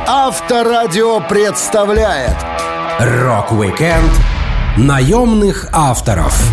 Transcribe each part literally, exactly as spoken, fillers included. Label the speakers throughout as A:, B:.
A: Авторадио представляет
B: Рок-викенд наемных авторов.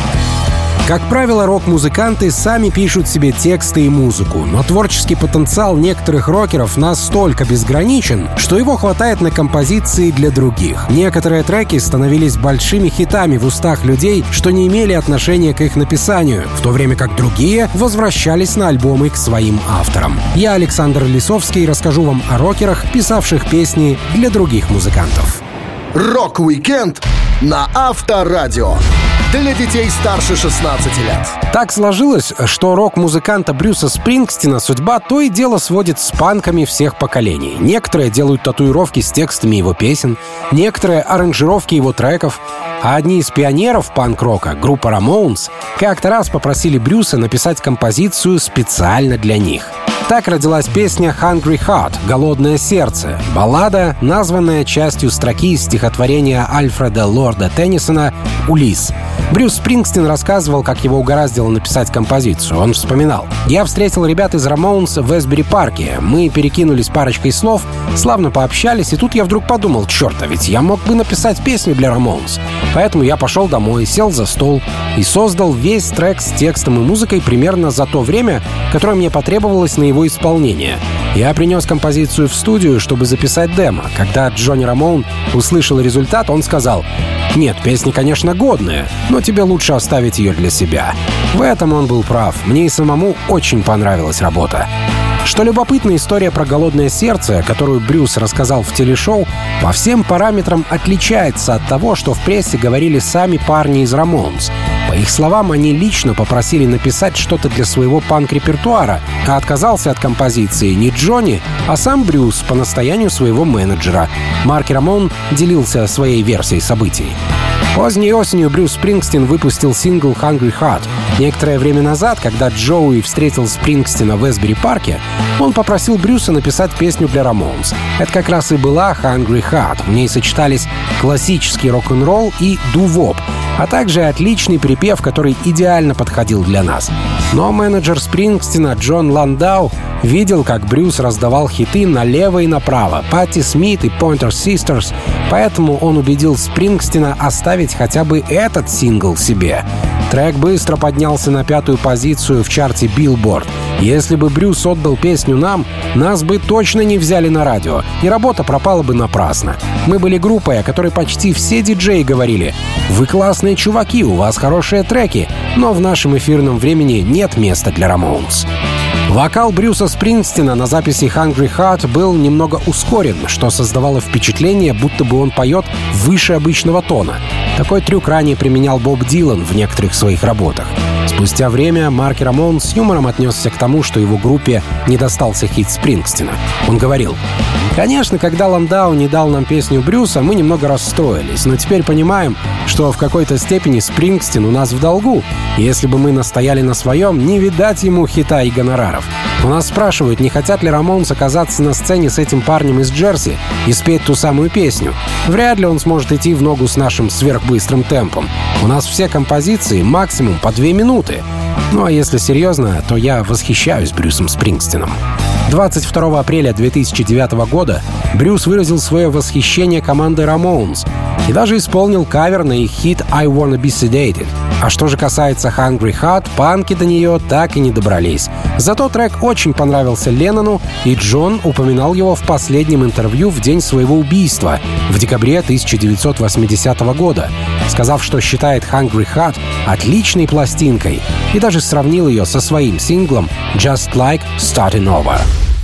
B: Как правило, рок-музыканты сами пишут себе тексты и музыку, но творческий потенциал некоторых рокеров настолько безграничен, что его хватает на композиции для других. Некоторые треки становились большими хитами в устах людей, что не имели отношения к их написанию, в то время как другие возвращались на альбомы к своим авторам. Я, Александр Лисовский, расскажу вам о рокерах, писавших песни для других музыкантов.
A: Рок-викенд на Авторадио. Для детей старше шестнадцати лет.
B: Так сложилось, что рок-музыканта Брюса Спрингстина судьба то и дело сводит с панками всех поколений. Некоторые делают татуировки с текстами его песен, некоторые — аранжировки его треков, а одни из пионеров панк-рока, группа Ramones, как-то раз попросили Брюса написать композицию специально для них. Так родилась песня «Hungry Heart» — «Голодное сердце», баллада, названная частью строки из стихотворения Альфреда Лорда Теннисона «Улисс». Брюс Спрингстин рассказывал, как его угораздило написать композицию. Он вспоминал: «Я встретил ребят из Ramones в Эсбери-парке. Мы перекинулись парочкой слов, славно пообщались, и тут я вдруг подумал: черт, а ведь я мог бы написать песню для Ramones. Поэтому я пошел домой, сел за стол и создал весь трек с текстом и музыкой примерно за то время, которое мне потребовалось на его исполнение. Я принес композицию в студию, чтобы записать демо. Когда Джонни Рамоун услышал результат, он сказал: «Нет, песня, конечно, годная, но тебе лучше оставить ее для себя». В этом он был прав. Мне и самому очень понравилась работа. Что любопытно, история про «Голодное сердце», которую Брюс рассказал в телешоу, по всем параметрам отличается от того, что в прессе говорили сами парни из Ramones. По их словам, они лично попросили написать что-то для своего панк-репертуара, а отказался от композиции не Джонни, а сам Брюс по настоянию своего менеджера. Марки Рамон делился своей версией событий. Поздней осенью Брюс Спрингстин выпустил сингл «Hungry Heart». Некоторое время назад, когда Джоуи встретил Спрингстина в Эсбери-парке, он попросил Брюса написать песню для Ramones. Это как раз и была «Hungry Heart». В ней сочетались классический рок-н-ролл и ду-воп, а также отличный припев, который идеально подходил для нас. Но менеджер Спрингстина Джон Ландау видел, как Брюс раздавал хиты налево и направо, Патти Смит и Pointer Sisters, поэтому он убедил Спрингстина оставить хотя бы этот сингл себе. Трек быстро поднялся на пятую позицию в чарте Billboard. Если бы Брюс отдал песню нам, нас бы точно не взяли на радио, и работа пропала бы напрасно. Мы были группой, о которой почти все диджеи говорили: «Вы классные чуваки, у вас хорошие треки, но в нашем эфирном времени нет места для Ramones». Вокал Брюса Спрингстина на записи «Hungry Heart» был немного ускорен, что создавало впечатление, будто бы он поет выше обычного тона. Такой трюк ранее применял Боб Дилан в некоторых своих работах. Спустя время Марки Рамон с юмором отнесся к тому, что его группе не достался хит Спрингстина. Он говорил: «Конечно, когда Ландау не дал нам песню Брюса, мы немного расстроились, но теперь понимаем, что в какой-то степени Спрингстин у нас в долгу. Если бы мы настояли на своем, не видать ему хита и гонораров. У нас спрашивают, не хотят ли Рамонс оказаться на сцене с этим парнем из Джерси и спеть ту самую песню. Вряд ли он сможет идти в ногу с нашим сверхбыстрым темпом. У нас все композиции максимум по две минуты. Ну а если серьезно, то я восхищаюсь Брюсом Спрингстином». двадцать второго апреля две тысячи девятого года Брюс выразил свое восхищение командой Ramones и даже исполнил кавер на их хит «I Wanna Be Sedated». А что же касается «Hungry Heart», панки до нее так и не добрались. Зато трек очень понравился Леннону, и Джон упоминал его в последнем интервью в день своего убийства в декабре тысяча девятьсот восьмидесятого года, сказав, что считает «Hungry Heart» отличной пластинкой, и даже сравнил ее со своим синглом «Just Like Starting Over».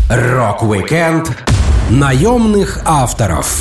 B: Рок-викенд наемных авторов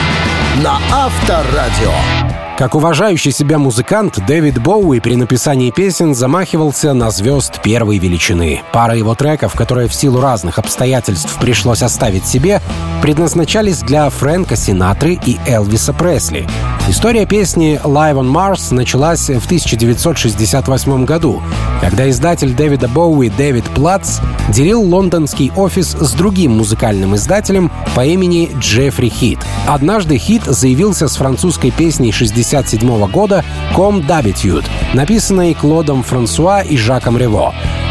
A: На Авторадио.
B: Как уважающий себя музыкант, Дэвид Боуи при написании песен замахивался на звезд первой величины. Пара его треков, которые в силу разных обстоятельств пришлось оставить себе, предназначались для Фрэнка Синатры и Элвиса Пресли. История песни «Live on Mars» началась в тысяча девятьсот шестьдесят восьмом году, когда издатель Дэвида Боуи Дэвид Платц делил лондонский офис с другим музыкальным издателем по имени Джеффри Хит. Однажды Хит заявился с французской песней шестьдесят седьмого года «Comme d'habitude», написанной Клодом Франсуа и Жаком Рево.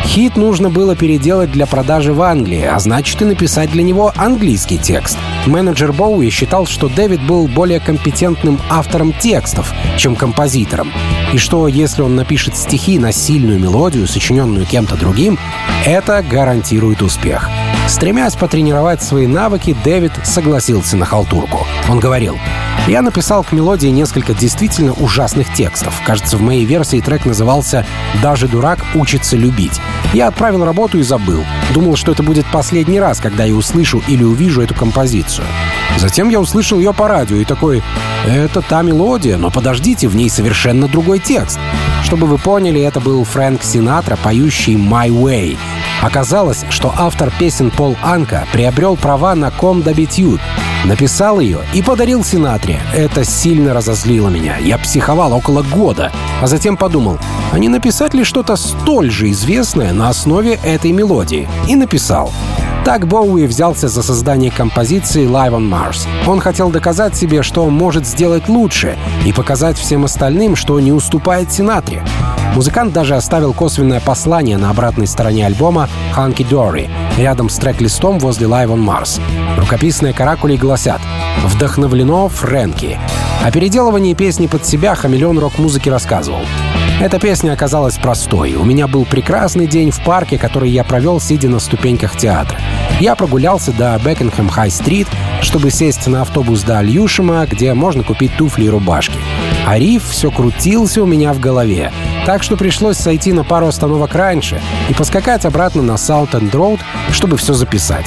B: Хит нужно было переделать для продажи в Англии, а значит и написать для него английский текст. Менеджер Боуи считал, что Дэвид был более компетентным автором текстов, чем композитором, и что если он напишет стихи на сильную мелодию, сочиненную кем-то другим, это гарантирует успех. Стремясь потренировать свои навыки, Дэвид согласился на халтурку. Он говорил: «Я написал к мелодии несколько действительно ужасных текстов. Кажется, в моей версии трек назывался «Даже дурак учится любить». Я отправил работу и забыл. Думал, что это будет последний раз, когда я услышу или увижу эту композицию. Затем я услышал ее по радио и такой: это та мелодия, но подождите, в ней совершенно другой текст». Чтобы вы поняли, это был Фрэнк Синатра, поющий «My Way». Оказалось, что автор песен Пол Анка приобрел права на «Come Dabit You», написал ее и подарил Синатре. Это сильно разозлило меня. Я психовал около года, а затем подумал, а не написать ли что-то столь же известное на основе этой мелодии? И написал. Так Боуи взялся за создание композиции «Live on Mars». Он хотел доказать себе, что он может сделать лучше, и показать всем остальным, что не уступает Синатре. Музыкант даже оставил косвенное послание на обратной стороне альбома «Hunky Dory» рядом с трек-листом возле «Live on Mars». Рукописные каракули гласят «Вдохновлено Фрэнки». О переделывании песни под себя хамелеон рок-музыки рассказывал. Эта песня оказалась простой. У меня был прекрасный день в парке, который я провел, сидя на ступеньках театра. Я прогулялся до Бекингем-Хай-стрит, чтобы сесть на автобус до Альюшема, где можно купить туфли и рубашки. А риф все крутился у меня в голове, так что пришлось сойти на пару остановок раньше и поскакать обратно на Саут-Энд-Роуд, чтобы все записать.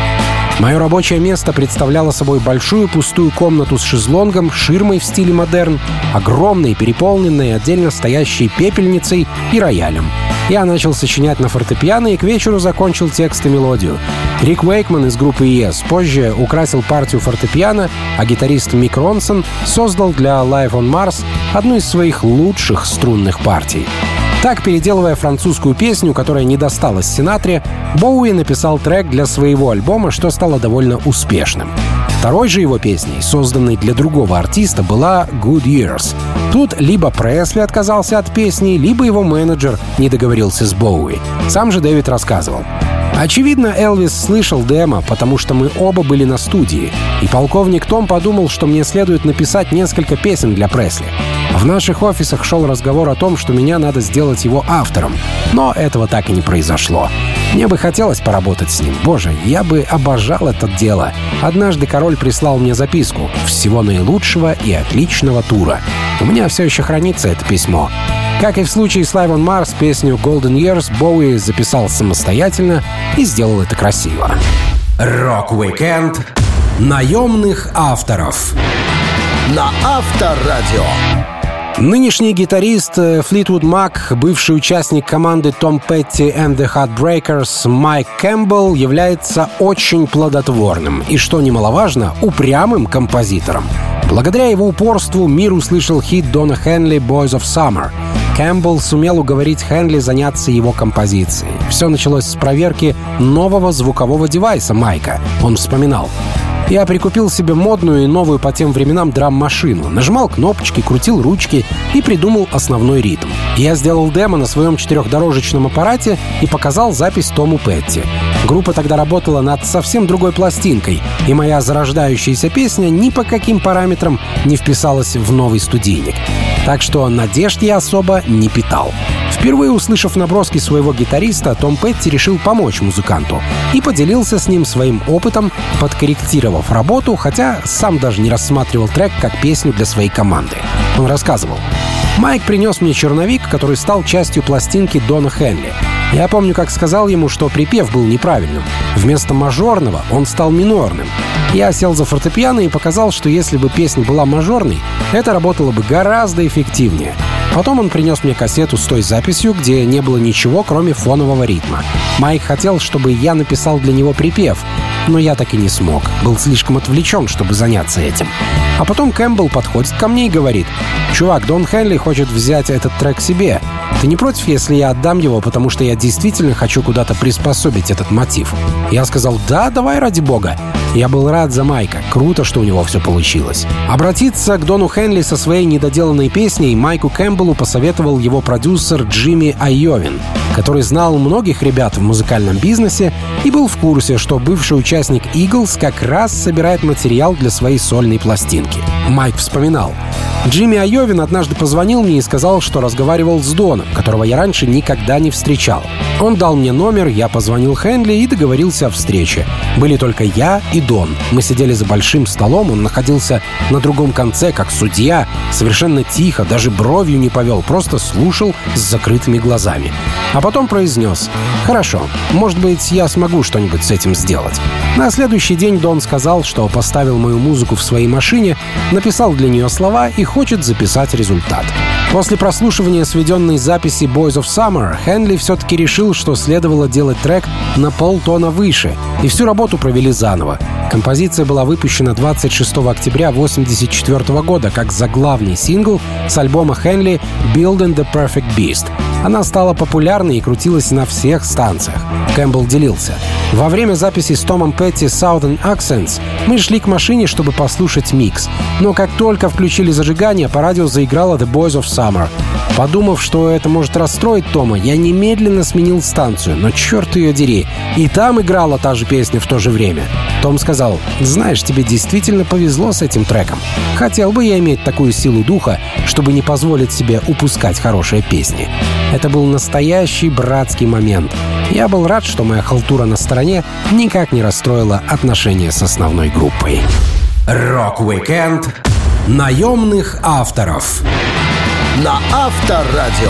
B: Мое рабочее место представляло собой большую пустую комнату с шезлонгом, ширмой в стиле модерн, огромной, переполненной, отдельно стоящей пепельницей и роялем. Я начал сочинять на фортепиано и к вечеру закончил текст и мелодию. Рик Уэйкман из группы Yes позже украсил партию фортепиано, а гитарист Мик Ронсон создал для Live on Mars одну из своих лучших струнных партий. Так, переделывая французскую песню, которая не досталась Синатре, Боуи написал трек для своего альбома, что стало довольно успешным. Второй же его песней, созданной для другого артиста, была «Good Years». Тут либо Пресли отказался от песни, либо его менеджер не договорился с Боуи. Сам же Дэвид рассказывал. Очевидно, Элвис слышал демо, потому что мы оба были на студии, и полковник Том подумал, что мне следует написать несколько песен для Пресли. В наших офисах шел разговор о том, что меня надо сделать его автором, но этого так и не произошло. Мне бы хотелось поработать с ним. Боже, я бы обожал это дело. Однажды король прислал мне записку: «Всего наилучшего и отличного тура». У меня все еще хранится это письмо. Как и в случае с Live on Mars, песню «Golden Years» Боуи записал самостоятельно и сделал это красиво. Рок-уикенд наемных авторов
A: на Авторадио.
B: Нынешний гитарист Fleetwood Mac, бывший участник команды Tom Petty and the Heartbreakers Майк Кэмпбелл, является очень плодотворным и, что немаловажно, упрямым композитором. Благодаря его упорству мир услышал хит Дона Хенли «Boys of Summer». Кэмпбелл сумел уговорить Хенли заняться его композицией. Все началось с проверки нового звукового девайса Майка. Он вспоминал: «Я прикупил себе модную и новую по тем временам драм-машину, нажимал кнопочки, крутил ручки и придумал основной ритм. Я сделал демо на своем четырехдорожечном аппарате и показал запись Тому Петти. Группа тогда работала над совсем другой пластинкой, и моя зарождающаяся песня ни по каким параметрам не вписалась в новый студийник. Так что надежд я особо не питал». Впервые услышав наброски своего гитариста, Том Петти решил помочь музыканту и поделился с ним своим опытом, подкорректировав работу, хотя сам даже не рассматривал трек как песню для своей команды. Он рассказывал: «Майк принес мне черновик, который стал частью пластинки Дона Хенли. Я помню, как сказал ему, что припев был неправильным. Вместо мажорного он стал минорным. Я сел за фортепиано и показал, что если бы песня была мажорной, это работало бы гораздо эффективнее. Потом он принес мне кассету с той записью, где не было ничего, кроме фонового ритма. Майк хотел, чтобы я написал для него припев, но я так и не смог. Был слишком отвлечен, чтобы заняться этим. А потом Кэмпбелл подходит ко мне и говорит: «Чувак, Дон Хенли хочет взять этот трек себе. Ты не против, если я отдам его, потому что я действительно хочу куда-то приспособить этот мотив?» Я сказал: «Да, давай, ради бога». Я был рад за Майка. Круто, что у него все получилось. Обратиться к Дону Хенли со своей недоделанной песней Майку Кэмпбеллу посоветовал его продюсер Джимми Айовин. который знал многих ребят в музыкальном бизнесе и был в курсе, что бывший участник Eagles как раз собирает материал для своей сольной пластинки. Майк вспоминал: «Джимми Айовин однажды позвонил мне и сказал, что разговаривал с Доном, которого я раньше никогда не встречал. Он дал мне номер, я позвонил Хенли и договорился о встрече. Были только я и Дон. Мы сидели за большим столом, он находился на другом конце, как судья, совершенно тихо, даже бровью не повел, просто слушал с закрытыми глазами. А потом произнес: «Хорошо, может быть, я смогу что-нибудь с этим сделать». На следующий день Дон сказал, что поставил мою музыку в своей машине, написал для нее слова и хочет записать результат. После прослушивания сведенной записи Boys of Summer Хенли все-таки решил, что следовало делать трек на полтона выше, и всю работу провели заново. Композиция была выпущена двадцать шестого октября восемьдесят четвёртого года как заглавный сингл с альбома Хенли «Building the Perfect Beast». Она стала популярной и крутилась на всех станциях. Кэмпбелл делился: «Во время записи с Томом Петти Southern Accents мы шли к машине, чтобы послушать микс. Но как только включили зажигание, по радио заиграла The Boys of Summer. Подумав, что это может расстроить Тома, я немедленно сменил станцию, но черт ее дери, и там играла та же песня в то же время». Том сказал: «Знаешь, тебе действительно повезло с этим треком. Хотел бы я иметь такую силу духа, чтобы не позволить себе упускать хорошие песни». Это был настоящий братский момент. Я был рад, что моя халтура на стороне никак не расстроила отношения с основной группой.
A: Рок-викенд
B: наемных авторов
A: на Авторадио.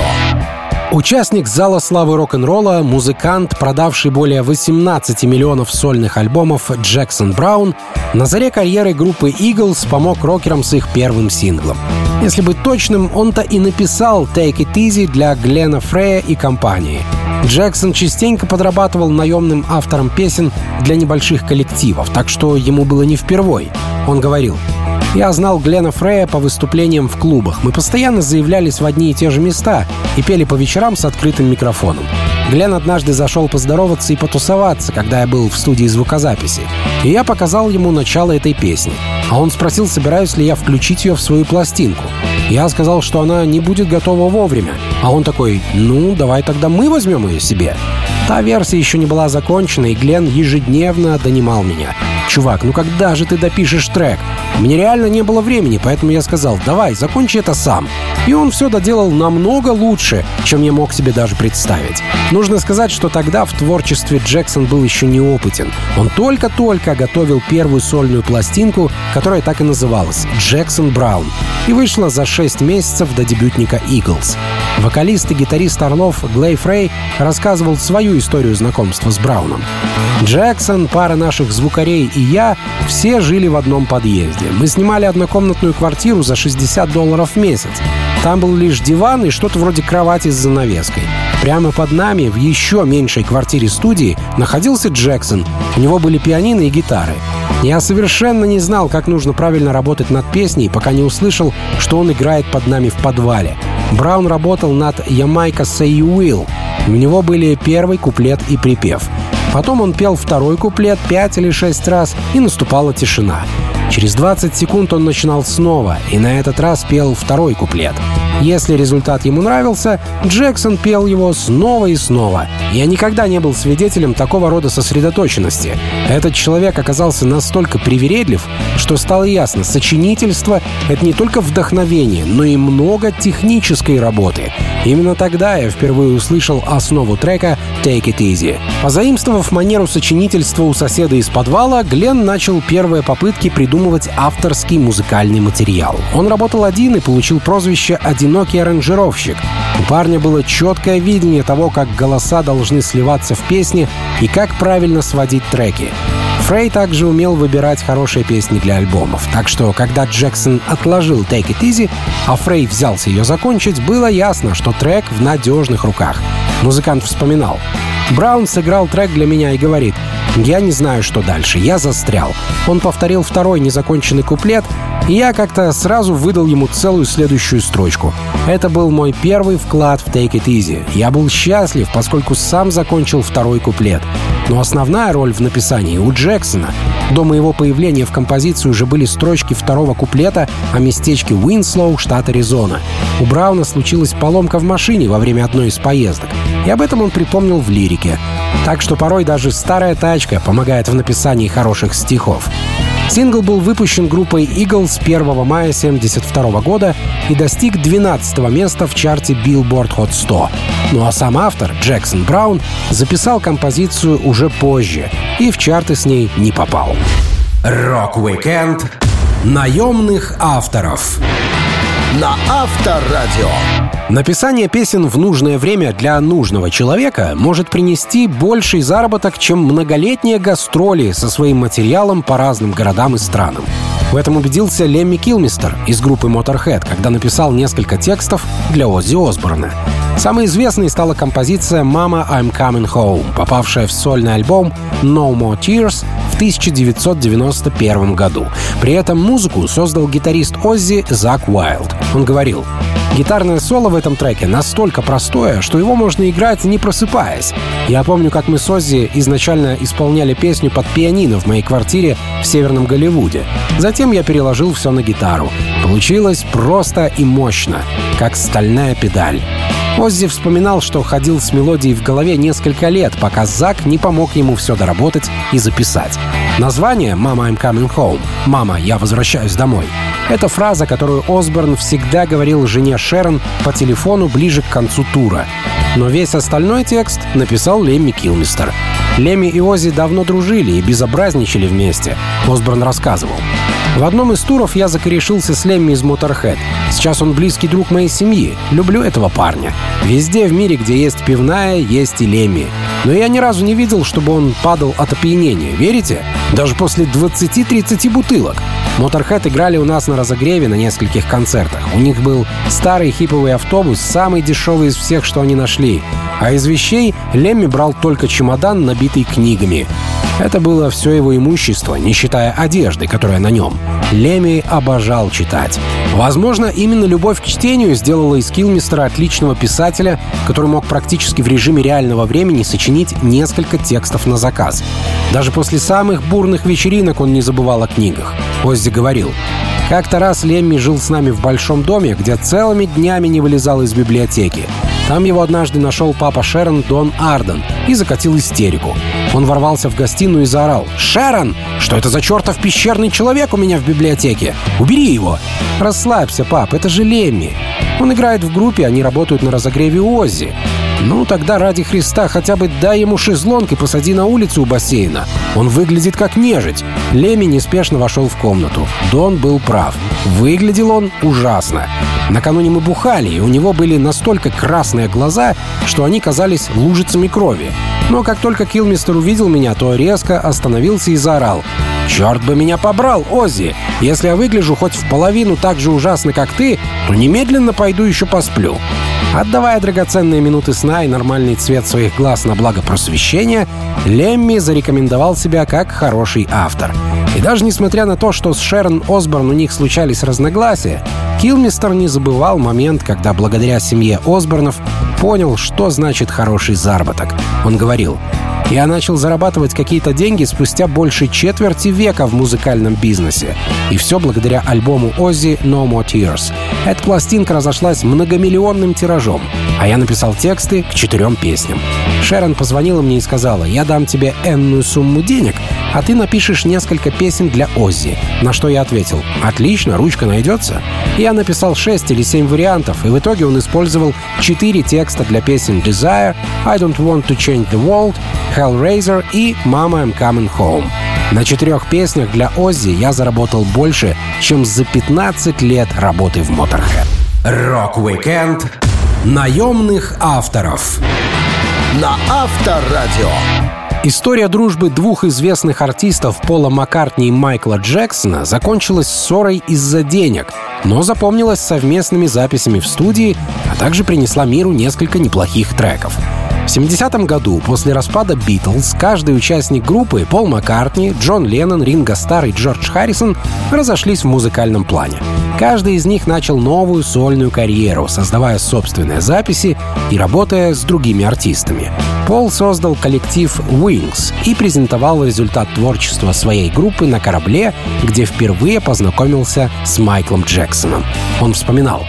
B: Участник Зала славы рок-н-ролла, музыкант, продавший более восемнадцати миллионов сольных альбомов Джексон Браун, на заре карьеры группы Eagles помог рокерам с их первым синглом. Если быть точным, он-то и написал «Take It Easy» для Глена Фрея и компании. Джексон частенько подрабатывал наемным автором песен для небольших коллективов, так что ему было не впервой. Он говорил: «Я знал Глена Фрея по выступлениям в клубах. Мы постоянно заявлялись в одни и те же места и пели по вечерам с открытым микрофоном. Глен однажды зашел поздороваться и потусоваться, когда я был в студии звукозаписи. И я показал ему начало этой песни. А он спросил, собираюсь ли я включить ее в свою пластинку. Я сказал, что она не будет готова вовремя. А он такой: ну, давай тогда мы возьмем ее себе». Та версия еще не была закончена, и Глен ежедневно донимал меня: «Чувак, ну когда же ты допишешь трек?» Мне реально не было времени, поэтому я сказал: «Давай, закончи это сам». И он все доделал намного лучше, чем я мог себе даже представить. Нужно сказать, что тогда в творчестве Джексон был еще неопытен. Он только-только готовил первую сольную пластинку, которая так и называлась «Джексон Браун», и вышла за шесть месяцев до дебютника Eagles. Вокалист и гитарист Орлов Глей Фрей рассказывал свою историю знакомства с Брауном. «Джексон, пара наших звукарей и я все жили в одном подъезде. Мы снимали однокомнатную квартиру за шестьдесят долларов в месяц. Там был лишь диван и что-то вроде кровати с занавеской. Прямо под нами, в еще меньшей квартире студии, находился Джексон. У него были пианино и гитары. Я совершенно не знал, как нужно правильно работать над песней, пока не услышал, что он играет под нами в подвале. Браун работал над «Jamaica Say You Will». У него были первый куплет и припев. Потом он пел второй куплет пять или шесть раз, и наступала тишина. Через двадцать секунд он начинал снова, и на этот раз пел второй куплет. Если результат ему нравился, Джексон пел его снова и снова. Я никогда не был свидетелем такого рода сосредоточенности. Этот человек оказался настолько привередлив, что стало ясно: сочинительство — это не только вдохновение, но и много технической работы. Именно тогда я впервые услышал основу трека «Take It Easy». Позаимствовав манеру сочинительства у соседа из подвала, Глен начал первые попытки придумывать авторский музыкальный материал. Он работал один и получил прозвище «Одинокий аранжировщик». У парня было четкое видение того, как голоса должны сливаться в песне и как правильно сводить треки. Фрей также умел выбирать хорошие песни для альбомов, так что, когда Джексон отложил «Take It Easy», а Фрей взялся ее закончить, было ясно, что трек в надежных руках. Музыкант вспоминал: «Браун сыграл трек для меня и говорит: я не знаю, что дальше, я застрял. Он повторил второй незаконченный куплет, и я как-то сразу выдал ему целую следующую строчку. Это был мой первый вклад в Take It Easy. Я был счастлив, поскольку сам закончил второй куплет. Но основная роль в написании у Джексона. До моего появления в композиции уже были строчки второго куплета о местечке Уинслоу, штат Аризона. У Брауна случилась поломка в машине во время одной из поездок. И об этом он припомнил в лирике. Так что порой даже старая тачка помогает в написании хороших стихов. Сингл был выпущен группой Eagles первого мая тысяча девятьсот семьдесят второго года и достиг двенадцатого места в чарте Billboard Hot сто. Ну а сам автор, Джексон Браун, записал композицию уже позже и в чарты с ней не попал.
A: Рок-викенд
B: наемных авторов
A: на Авторадио.
B: Написание песен в нужное время для нужного человека может принести больший заработок, чем многолетние гастроли со своим материалом по разным городам и странам. В этом убедился Лемми Килмистер из группы Motorhead, когда написал несколько текстов для Оззи Осборна. Самой известной стала композиция «Mama, I'm Coming Home», попавшая в сольный альбом «No More Tears» в тысяча девятьсот девяносто первом году. При этом музыку создал гитарист Оззи Зак Уайлд. Он говорил: «Гитарное соло в этом треке настолько простое, что его можно играть, не просыпаясь. Я помню, как мы с Оззи изначально исполняли песню под пианино в моей квартире в Северном Голливуде. Затем я переложил все на гитару. Получилось просто и мощно, как стальная педаль». Оззи вспоминал, что ходил с мелодией в голове несколько лет, пока Зак не помог ему все доработать и записать. Название «Mama, I'm Coming Home» — «Мама, я возвращаюсь домой» — это фраза, которую Осборн всегда говорил жене Шерон по телефону ближе к концу тура. Но весь остальной текст написал Лемми Килмистер. Лемми и Оззи давно дружили и безобразничали вместе, Осборн рассказывал. В одном из туров я закорешился с Лемми из Motorhead. Сейчас он близкий друг моей семьи. Люблю этого парня. Везде в мире, где есть пивная, есть и Лемми. Но я ни разу не видел, чтобы он падал от опьянения. Верите? Даже после двадцати-тридцати бутылок. Motorhead играли у нас на разогреве на нескольких концертах. У них был старый хиповый автобус, самый дешевый из всех, что они нашли. А из вещей Лемми брал только чемодан, набитый книгами. Это было все его имущество, не считая одежды, которая на нем. Лемми обожал читать. Возможно, именно любовь к чтению сделала из Килмистера отличного писателя, который мог практически в режиме реального времени сочинить несколько текстов на заказ. Даже после самых бурных вечеринок он не забывал о книгах. Оззи говорил: «Как-то раз Лемми жил с нами в большом доме, где целыми днями не вылезал из библиотеки. Там его однажды нашел папа Шерон, Дон Арден, и закатил истерику. Он ворвался в гостиную и заорал: «Шерон, что это за чертов пещерный человек у меня в библиотеке? Убери его!» «Расслабься, пап, это же Лемми. Он играет в группе, они работают на разогреве Оззи. Ну, тогда ради Христа хотя бы дай ему шезлонг и посади на улицу у бассейна. Он выглядит как нежить». Лемми неспешно вошел в комнату. Дон был прав. Выглядел он ужасно. Накануне мы бухали, и у него были настолько красные глаза, что они казались лужицами крови. Но как только Килмистер увидел меня, то резко остановился и заорал: «Черт бы меня побрал, Оззи! Если я выгляжу хоть в половину так же ужасно, как ты, то немедленно пойду еще посплю». Отдавая драгоценные минуты сна и нормальный цвет своих глаз на благо просвещения, Лемми зарекомендовал себя как хороший автор. И даже несмотря на то, что с Шерон Осборн у них случались разногласия, Килмистер не забывал момент, когда благодаря семье Осборнов понял, что значит хороший заработок. Он говорил: «Я начал зарабатывать какие-то деньги спустя больше четверти века в музыкальном бизнесе. И все благодаря альбому Оззи «No More Tears». Эта пластинка разошлась многомиллионным тиражом, а я написал тексты к четырем песням. Шерон позвонила мне и сказала: «Я дам тебе энную сумму денег, а ты напишешь несколько песен для Оззи». На что я ответил: «Отлично, ручка найдется». Я написал шесть или семь вариантов, и в итоге он использовал четыре текста для песен «Desire», «I Don't Want to Change the World», «Hellraiser» и «Mama, I'm Coming Home». На четырех песнях для Оззи я заработал больше, чем за пятнадцать лет работы в Motorhead.
A: Рок-викенд
B: наемных авторов
A: на Авторадио.
B: История дружбы двух известных артистов Пола Маккартни и Майкла Джексона закончилась ссорой из-за денег, но запомнилась совместными записями в студии, а также принесла миру несколько неплохих треков. В семидесятом году, после распада Битлз, каждый участник группы — Пол Маккартни, Джон Леннон, Ринго Старр и Джордж Харрисон — разошлись в музыкальном плане. Каждый из них начал новую сольную карьеру, создавая собственные записи и работая с другими артистами. Пол создал коллектив Wings и презентовал результат творчества своей группы на корабле, где впервые познакомился с Майклом Джексоном. Он вспоминал: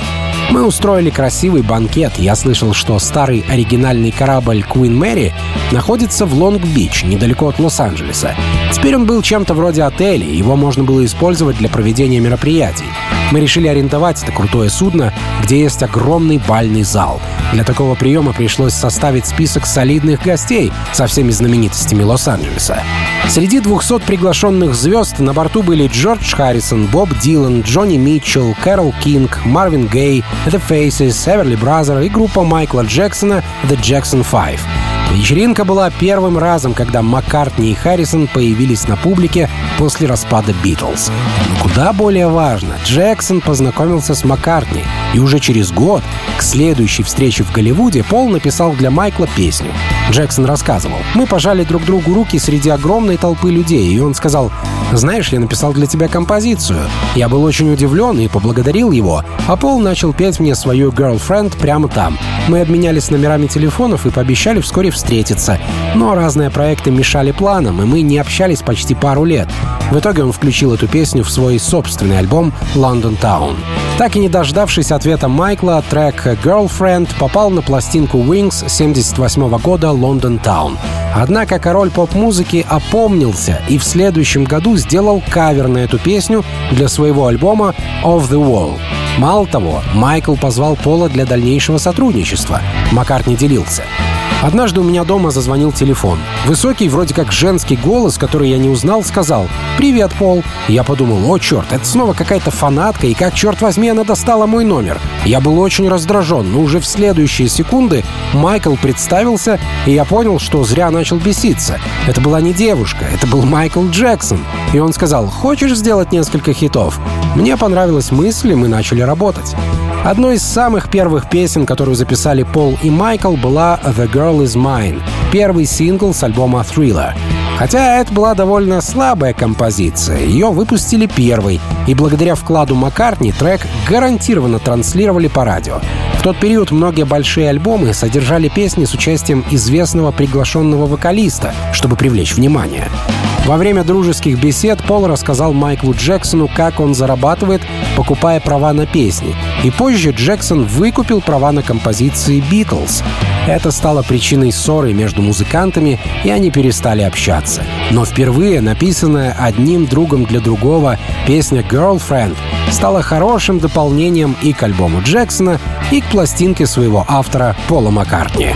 B: Мы устроили красивый банкет. Я слышал, что старый оригинальный корабль Queen Mary находится в Лонг-Бич, недалеко от Лос-Анджелеса. Теперь он был чем-то вроде отеля, его можно было использовать для проведения мероприятий. Мы решили арендовать это крутое судно, где есть огромный бальный зал. Для такого приема пришлось составить список солидных гостей со всеми знаменитостями Лос-Анджелеса. Среди двухсот приглашенных звезд на борту были Джордж Харрисон, Боб Дилан, Джонни Митчелл, Кэрол Кинг, Марвин Гей, The Faces, Эверли Бразер и группа Майкла Джексона The Jackson Five. Вечеринка была первым разом, когда Маккартни и Харрисон появились на публике после распада Битлз. Но куда более важно, Джексон познакомился с Маккартни, и уже через год, к следующей встрече в Голливуде, Пол написал для Майкла песню. Джексон рассказывал: «Мы пожали друг другу руки среди огромной толпы людей, и он сказал: «Знаешь, я написал для тебя композицию». Я был очень удивлен и поблагодарил его, а Пол начал петь мне свою «Girlfriend» прямо там. Мы обменялись номерами телефонов и пообещали вскоре встретиться. Но разные проекты мешали планам, и мы не общались почти пару лет. В итоге он включил эту песню в свой собственный альбом «London Town». Так и не дождавшись ответа Майкла, трек «Girlfriend» попал на пластинку Wings семьдесят восьмого года «London Town». Однако король поп-музыки опомнился и в следующем году сделал кавер на эту песню для своего альбома «Off the Wall». Мало того, Майкл позвал Пола для дальнейшего сотрудничества. Маккартни делился: «Однажды у меня дома зазвонил телефон. Высокий, вроде как женский голос, который я не узнал, сказал: «Привет, Пол». Я подумал: о, черт, это снова какая-то фанатка, и как, черт возьми, она достала мой номер. Я был очень раздражен, но уже в следующие секунды Майкл представился, и я понял, что зря начал беситься. Это была не девушка, это был Майкл Джексон. И он сказал: «Хочешь сделать несколько хитов?» Мне понравилась мысль, и мы начали работать. Одной из самых первых песен, которую записали Пол и Майкл, была «The Girl Is Mine», первый сингл с альбома Thriller. Хотя это была довольно слабая композиция, ее выпустили первой, и благодаря вкладу Маккартни трек гарантированно транслировали по радио. В тот период многие большие альбомы содержали песни с участием известного приглашенного вокалиста, чтобы привлечь внимание. Во время дружеских бесед Пол рассказал Майклу Джексону, как он зарабатывает, покупая права на песни. И позже Джексон выкупил права на композиции «Битлз». Это стало причиной ссоры между музыкантами, и они перестали общаться. Но впервые написанная одним другом для другого песня «Girlfriend» стала хорошим дополнением и к альбому Джексона, и к пластинке своего автора Пола Маккартни.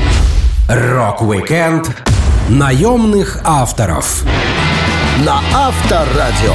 A: Рок-викенд
B: наемных авторов
A: на Авторадио.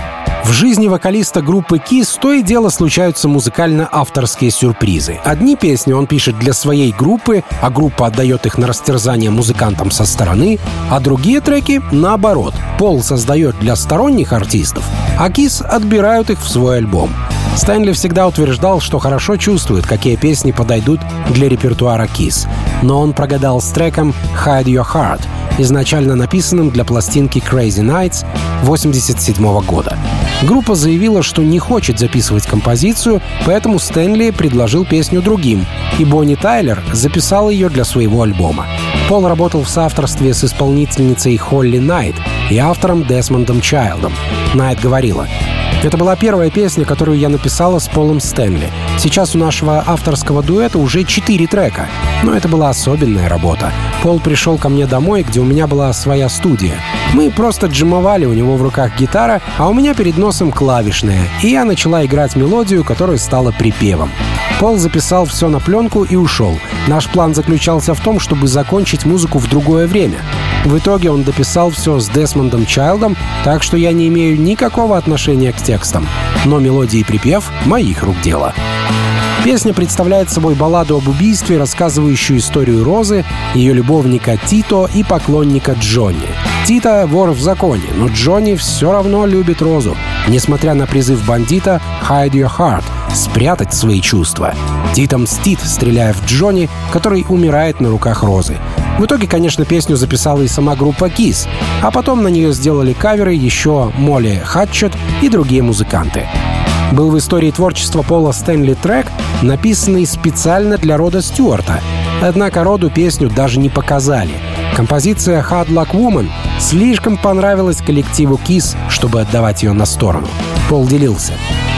B: В жизни вокалиста группы Kiss то и дело случаются музыкально-авторские сюрпризы. Одни песни он пишет для своей группы, а группа отдает их на растерзание музыкантам со стороны, а другие треки наоборот. Пол создает для сторонних артистов, а Kiss отбирают их в свой альбом. Стэнли всегда утверждал, что хорошо чувствует, какие песни подойдут для репертуара Kiss. Но он прогадал с треком «Hide Your Heart», изначально написанным для пластинки Crazy Nights восемьдесят седьмого года. Группа заявила, что не хочет записывать композицию, поэтому Стэнли предложил песню другим, и Бонни Тайлер записал ее для своего альбома. Пол работал в соавторстве с исполнительницей Холли Найт и автором Десмондом Чайлдом. Найт говорила: «Это была первая песня, которую я написала с Полом Стэнли. Сейчас у нашего авторского дуэта уже четыре трека. Но это была особенная работа. Пол пришел ко мне домой, где у меня была своя студия. Мы просто джимовали, у него в руках гитара, а у меня перед носом клавишная. И я начала играть мелодию, которая стала припевом. Пол записал все на пленку и ушел. Наш план заключался в том, чтобы закончить музыку в другое время. В итоге он дописал все с Десмондом Чайлдом, так что я не имею никакого отношения к текстам. Но мелодия и припев — моих рук дело». Песня представляет собой балладу об убийстве, рассказывающую историю Розы, ее любовника Тито и поклонника Джонни. Тито — вор в законе, но Джонни все равно любит Розу, несмотря на призыв бандита «Hide your heart» — спрятать свои чувства. Тито мстит, стреляя в Джонни, который умирает на руках Розы. В итоге, конечно, песню записала и сама группа Kiss, а потом на нее сделали каверы еще Молли Хатчет и другие музыканты. Был в истории творчества Пола Стэнли трек, написанный специально для Рода Стюарта. Однако Роду песню даже не показали. Композиция «Hard Luck Woman» слишком понравилась коллективу Kiss, чтобы отдавать ее на сторону. Пол делился: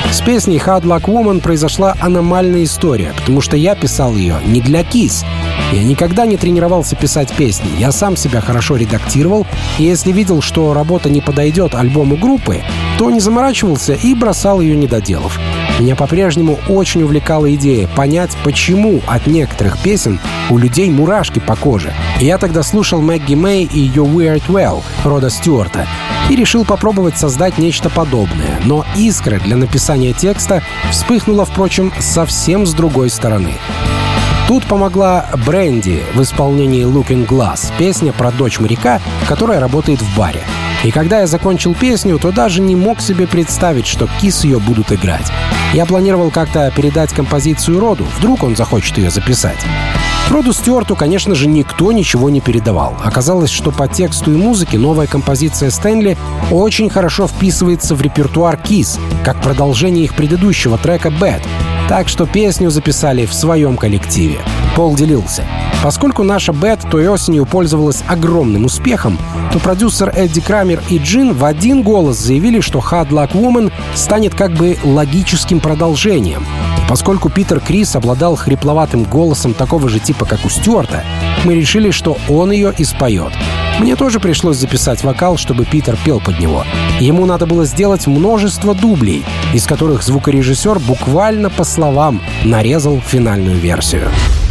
B: С песней «Hard Luck Woman» произошла аномальная история, потому что я писал ее не для Kiss. Я никогда не тренировался писать песни. Я сам себя хорошо редактировал, и если видел, что работа не подойдет альбому группы, то не заморачивался и бросал ее, не доделав. Меня по-прежнему очень увлекала идея понять, почему от некоторых песен у людей мурашки по коже. И я тогда слушал Мэгги Мэй и «You Wear It Well» Рода Стюарта и решил попробовать создать нечто подобное. Но искра для написания текста вспыхнула, впрочем, совсем с другой стороны. Тут помогла Брэнди в исполнении «Looking Glass», песня про дочь моряка, которая работает в баре. И когда я закончил песню, то даже не мог себе представить, что Kiss ее будут играть. Я планировал как-то передать композицию Роду, вдруг он захочет ее записать. Роду Стюарту, конечно же, никто ничего не передавал. Оказалось, что по тексту и музыке новая композиция Стэнли очень хорошо вписывается в репертуар Kiss, как продолжение их предыдущего трека «Bad». Так что песню записали в своем коллективе. Пол делился. Поскольку наша «Bad» той осенью пользовалась огромным успехом, то продюсер Эдди Крамер и Джин в один голос заявили, что «Hard Luck Woman» станет как бы логическим продолжением. И поскольку Питер Крис обладал хрипловатым голосом такого же типа, как у Стюарта, мы решили, что он ее и споет. Мне тоже пришлось записать вокал, чтобы Питер пел под него. Ему надо было сделать множество дублей, из которых звукорежиссер буквально по словам нарезал финальную версию.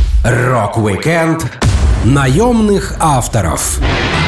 A: Рок-викенд
B: наемных авторов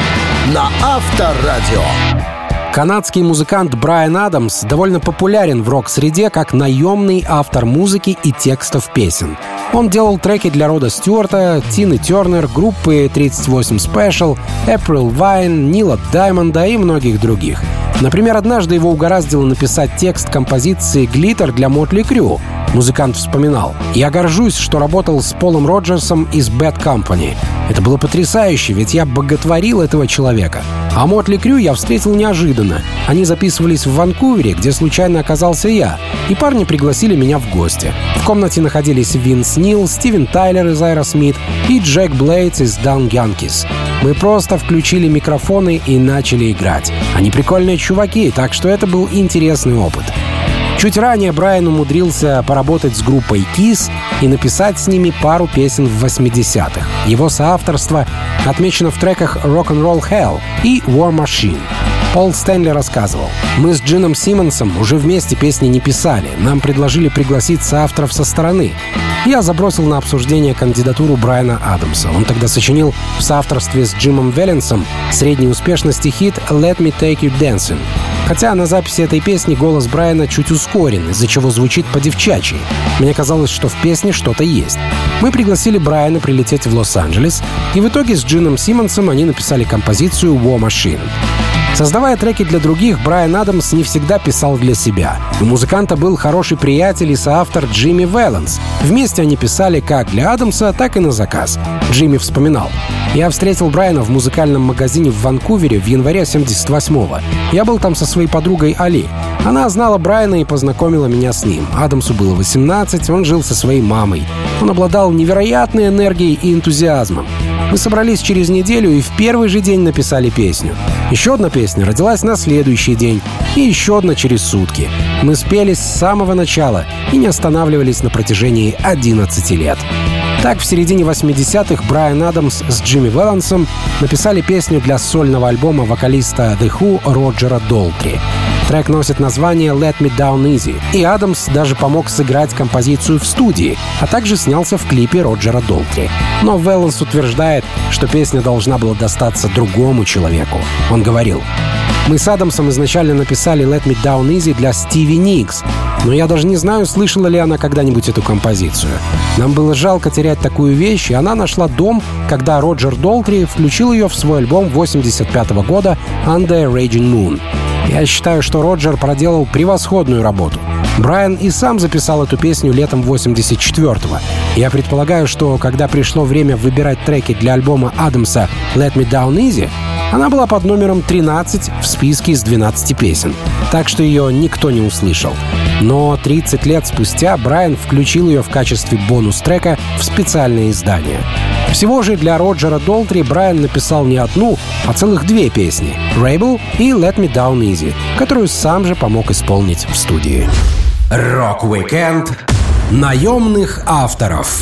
A: на Авторадио.
B: Канадский музыкант Брайан Адамс довольно популярен в рок-среде как наемный автор музыки и текстов песен. Он делал треки для Рода Стюарта, Тины Тернер, группы тридцать восемь Special, April Wine, Нила Даймонда и многих других. Например, однажды его угораздило написать текст композиции «Glitter» для Motley Crue. Музыкант вспоминал: «Я горжусь, что работал с Полом Роджерсом из Bad Company. Это было потрясающе, ведь я боготворил этого человека. А Motley Crue я встретил неожиданно. Они записывались в Ванкувере, где случайно оказался я, и парни пригласили меня в гости. В комнате находились Винс Нил, Стивен Тайлер из Aerosmith и Джек Блейдс из Young Yankees. Мы просто включили микрофоны и начали играть. Они прикольные чуваки, так что это был интересный опыт». Чуть ранее Брайан умудрился поработать с группой Kiss и написать с ними пару песен в восьмидесятых. Его соавторство отмечено в треках «Rock'n'Roll Hell» и «War Machine». Пол Стэнли рассказывал: «Мы с Джином Симмонсом уже вместе песни не писали. Нам предложили пригласить соавторов со стороны. Я забросил на обсуждение кандидатуру Брайана Адамса. Он тогда сочинил в соавторстве с Джимом Веллинсом средней успешности хит «Let Me Take You Dancing». Хотя на записи этой песни голос Брайана чуть ускорен, из-за чего звучит по-девчачьи. Мне казалось, что в песне что-то есть. Мы пригласили Брайана прилететь в Лос-Анджелес, и в итоге с Джином Симмонсом они написали композицию «War Machine». Создавая треки для других, Брайан Адамс не всегда писал для себя. У музыканта был хороший приятель и соавтор Джимми Вэланс. Вместе они писали как для Адамса, так и на заказ. Джимми вспоминал: «Я встретил Брайана в музыкальном магазине в Ванкувере в январе семьдесят восьмого. Я был там со своей подругой Али. Она знала Брайана и познакомила меня с ним. Адамсу было восемнадцать, он жил со своей мамой. Он обладал невероятной энергией и энтузиазмом. Мы собрались через неделю и в первый же день написали песню. Еще одна песня родилась на следующий день и еще одна через сутки. Мы спели с самого начала и не останавливались на протяжении одиннадцати лет». Так, в середине восьмидесятых Брайан Адамс с Джимми Вэлансом написали песню для сольного альбома вокалиста The Who Роджера Долтри. Трек носит название «Let Me Down Easy», и Адамс даже помог сыграть композицию в студии, а также снялся в клипе Роджера Долтри. Но Вэланс утверждает, что песня должна была достаться другому человеку. Он говорил: «Мы с Адамсом изначально написали «Let Me Down Easy» для Стиви Никс, но я даже не знаю, слышала ли она когда-нибудь эту композицию. Нам было жалко терять такую вещь, и она нашла дом, когда Роджер Долтри включил ее в свой альбом восемьдесят пятого года «Under a Raging Moon». Я считаю, что Роджер проделал превосходную работу. Брайан и сам записал эту песню летом восемьдесят четвёртого. Я предполагаю, что когда пришло время выбирать треки для альбома Адамса «Let Me Down Easy», она была под номером тринадцать в списке из двенадцати песен, так что ее никто не услышал. Но тридцать лет спустя Брайан включил ее в качестве бонус-трека в специальное издание. Всего же для Роджера Долтри Брайан написал не одну, а целых две песни — «Rebel» и «Let Me Down Easy», которую сам же помог исполнить в студии.
A: Рок-викенд
B: наемных авторов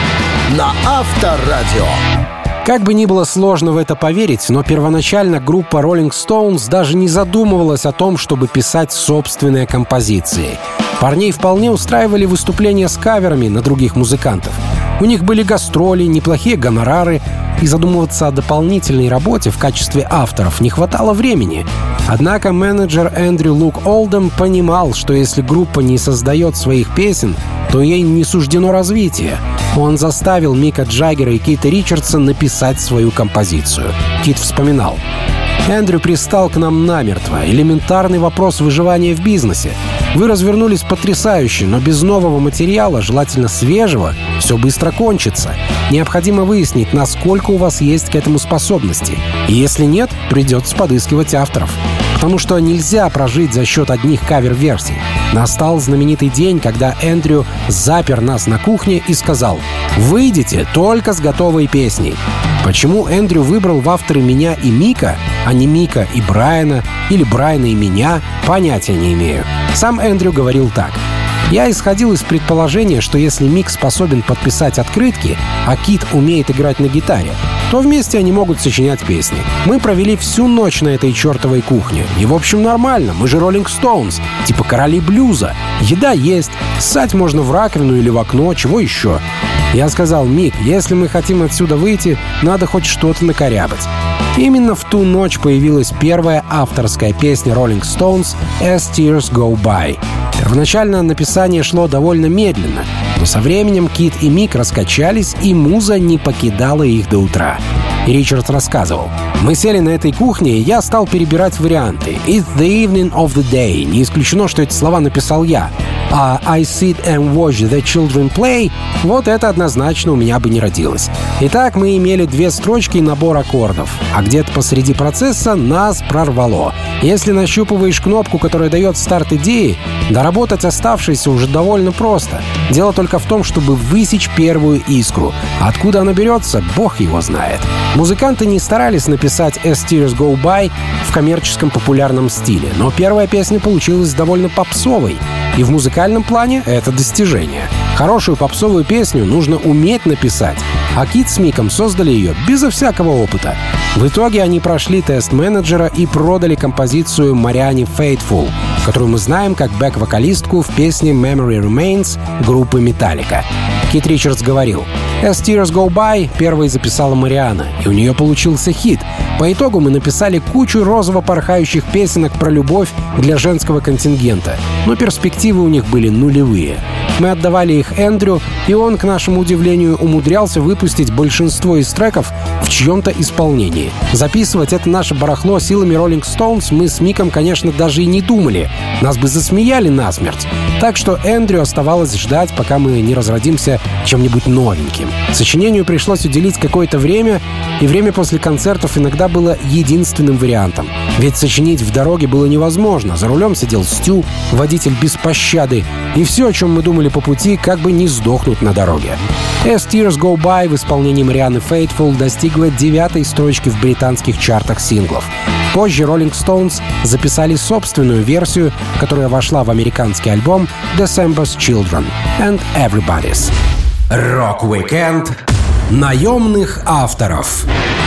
A: на Авторадио.
B: Как бы ни было сложно в это поверить, но первоначально группа Rolling Stones даже не задумывалась о том, чтобы писать собственные композиции. Парней вполне устраивали выступления с каверами на других музыкантов. У них были гастроли, неплохие гонорары, и задумываться о дополнительной работе в качестве авторов не хватало времени. Однако менеджер Эндрю Лук Олдем понимал, что если группа не создает своих песен, то ей не суждено развитие. Он заставил Мика Джаггера и Кита Ричардса написать свою композицию. Кит вспоминал: «Эндрю пристал к нам намертво. Элементарный вопрос выживания в бизнесе. Вы развернулись потрясающе, но без нового материала, желательно свежего, все быстро кончится. Необходимо выяснить, насколько у вас есть к этому способности. И если нет, придется подыскивать авторов. Потому что нельзя прожить за счет одних кавер-версий». Настал знаменитый день, когда Эндрю запер нас на кухне и сказал: «Выйдите только с готовой песней». Почему Эндрю выбрал в авторы меня и Мика, а не Мика и Брайана, или Брайана и меня, понятия не имею. Сам Эндрю говорил так: «Я исходил из предположения, что если Мик способен подписать открытки, а Кит умеет играть на гитаре, то вместе они могут сочинять песни. Мы провели всю ночь на этой чертовой кухне. И в общем нормально, мы же Rolling Stones, типа короли блюза. Еда есть, ссать можно в раковину или в окно, чего еще?» Я сказал: «Мик, если мы хотим отсюда выйти, надо хоть что-то накорябать». Именно в ту ночь появилась первая авторская песня Rolling Stones «As Tears Go By». Первоначально написание шло довольно медленно, но со временем Кит и Мик раскачались, и муза не покидала их до утра. И Ричард рассказывал: «Мы сели на этой кухне, и я стал перебирать варианты. It's the evening of the day. Не исключено, что эти слова написал я. А I sit and watch the children play — вот это однозначно у меня бы не родилось. Итак, мы имели две строчки и набор аккордов. А где-то посреди процесса нас прорвало. Если нащупываешь кнопку, которая дает старт идеи, доработать оставшееся уже довольно просто. Дело только в том, чтобы высечь первую искру. Откуда она берется, бог его знает». Музыканты не старались написать «As Tears Go By» в коммерческом популярном стиле, но первая песня получилась довольно попсовой, и в музыкальном плане это достижение. Хорошую попсовую песню нужно уметь написать, а Кит с Миком создали ее безо всякого опыта. В итоге они прошли тест менеджера и продали композицию Мариане Фейтфул, которую мы знаем как бэк-вокалистку в песне «Memory Remains» группы Metallica. Кит Ричардс говорил: «As Tears Go By» первой записала Мариана, и у нее получился хит. По итогу мы написали кучу розово-порхающих песенок про любовь для женского контингента, но перспективы у них были нулевые. Мы отдавали их Эндрю, и он, к нашему удивлению, умудрялся выпустить большинство из треков в чьем-то исполнении. Записывать это наше барахло силами Rolling Stones мы с Миком, конечно, даже и не думали. Нас бы засмеяли насмерть. Так что Эндрю оставалось ждать, пока мы не разродимся чем-нибудь новеньким. Сочинению пришлось уделить какое-то время, и время после концертов иногда было единственным вариантом. Ведь сочинить в дороге было невозможно. За рулем сидел Стю, водитель без пощады, и все, о чем мы думали по пути, как бы не сдохнуть на дороге. «As Tears Go By» в исполнении Марианы Фейтфул достигла девятой строчки в британских чартах синглов. Позже Rolling Stones записали собственную версию, которая вошла в американский альбом «December's Children and Everybody's».
A: Рок-викенд
B: наемных авторов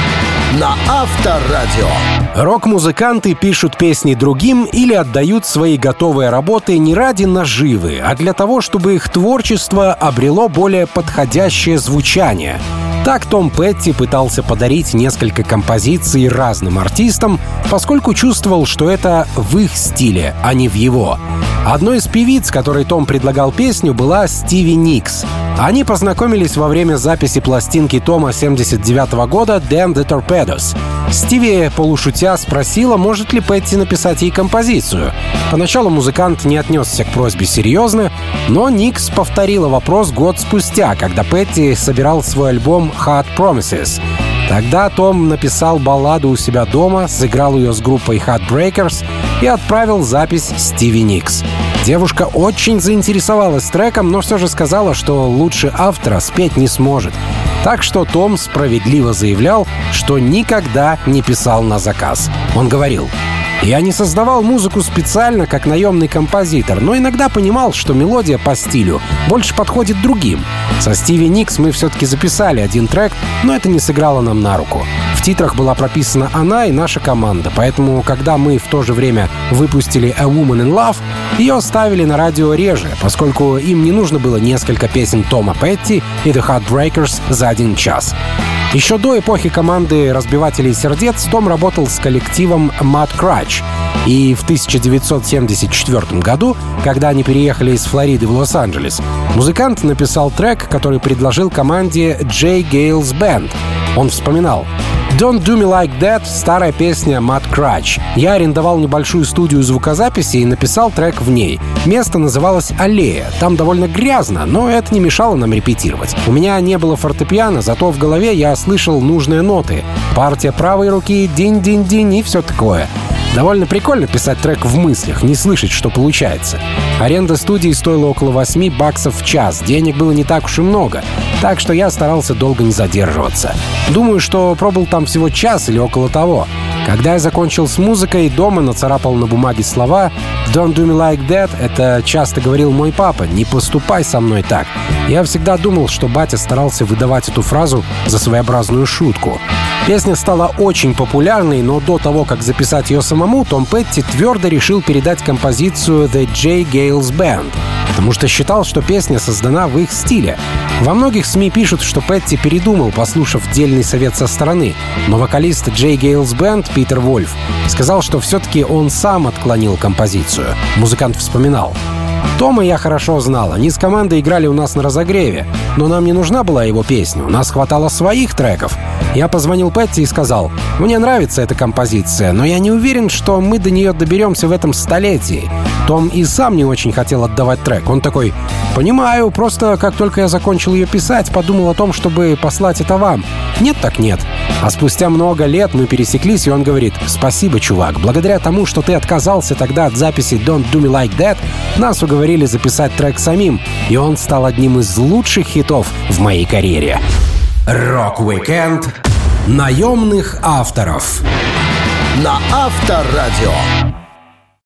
A: на Авторадио.
B: Рок-музыканты пишут песни другим или отдают свои готовые работы не ради наживы, а для того, чтобы их творчество обрело более подходящее звучание. Так Том Петти пытался подарить несколько композиций разным артистам, поскольку чувствовал, что это в их стиле, а не в его. Одной из певиц, которой Том предлагал песню, была Стиви Никс. Они познакомились во время записи пластинки Тома семьдесят девятого года «Damn the Torpedoes». Стиви, полушутя, спросила, может ли Петти написать ей композицию. Поначалу музыкант не отнесся к просьбе серьезно, но Никс повторила вопрос год спустя, когда Петти собирал свой альбом «Hard Promises». Тогда Том написал балладу у себя дома, сыграл ее с группой Heartbreakers и отправил запись Стиви Никс. Девушка очень заинтересовалась треком, но все же сказала, что лучше автора спеть не сможет. Так что Том справедливо заявлял, что никогда не писал на заказ. Он говорил: Я не создавал музыку специально, как наемный композитор, но иногда понимал, что мелодия по стилю больше подходит другим. Со Стиви Никс мы все-таки записали один трек, но это не сыграло нам на руку. В титрах была прописана она и наша команда, поэтому, когда мы в то же время выпустили «A Woman in Love», ее ставили на радио реже, поскольку им не нужно было несколько песен Тома Петти и The Heartbreakers за один час. Еще до эпохи команды «Разбивателей сердец» Том работал с коллективом Mud Crutch. И в тысяча девятьсот семьдесят четвёртом году, когда они переехали из Флориды в Лос-Анджелес, музыкант написал трек, который предложил команде Jay Gales Band. Он вспоминал: «Don't Do Me Like That» — старая песня Mud Crutch. Я арендовал небольшую студию звукозаписи и написал трек в ней. Место называлось «Аллея». Там довольно грязно, но это не мешало нам репетировать. У меня не было фортепиано, зато в голове я слышал нужные ноты. Партия правой руки, динь-динь-динь и все такое. Довольно прикольно писать трек в мыслях, не слышать, что получается. Аренда студии стоила около восемь баксов в час. Денег было не так уж и много, так что я старался долго не задерживаться. Думаю, что пробыл там всего час или около того. Когда я закончил с музыкой, дома нацарапал на бумаге слова «Don't do me like that» — это часто говорил мой папа, «не поступай со мной так». Я всегда думал, что батя старался выдавать эту фразу за своеобразную шутку. Песня стала очень популярной, но до того, как записать ее самому, Том Петти твердо решил передать композицию The Jay Gales Band, потому что считал, что песня создана в их стиле. Во многих СМИ пишут, что Петти передумал, послушав дельный совет со стороны, но вокалист Jay Gales Band Питер Вольф сказал, что все-таки он сам отклонил композицию. Музыкант вспоминал: «Тома я хорошо знал, они с командой играли у нас на разогреве, но нам не нужна была его песня, у нас хватало своих треков. Я позвонил Петти и сказал: мне нравится эта композиция, но я не уверен, что мы до нее доберемся в этом столетии. Том и сам не очень хотел отдавать трек. Он такой: понимаю, просто как только я закончил ее писать, подумал о том, чтобы послать это вам. Нет так нет. А спустя много лет мы пересеклись, и он говорит: спасибо, чувак, благодаря тому, что ты отказался тогда от записи Don't Do Me Like That, нас уговорили записать трек самим, и он стал одним из лучших хитов в моей карьере».
A: Рок-викенд наемных авторов на Авторадио.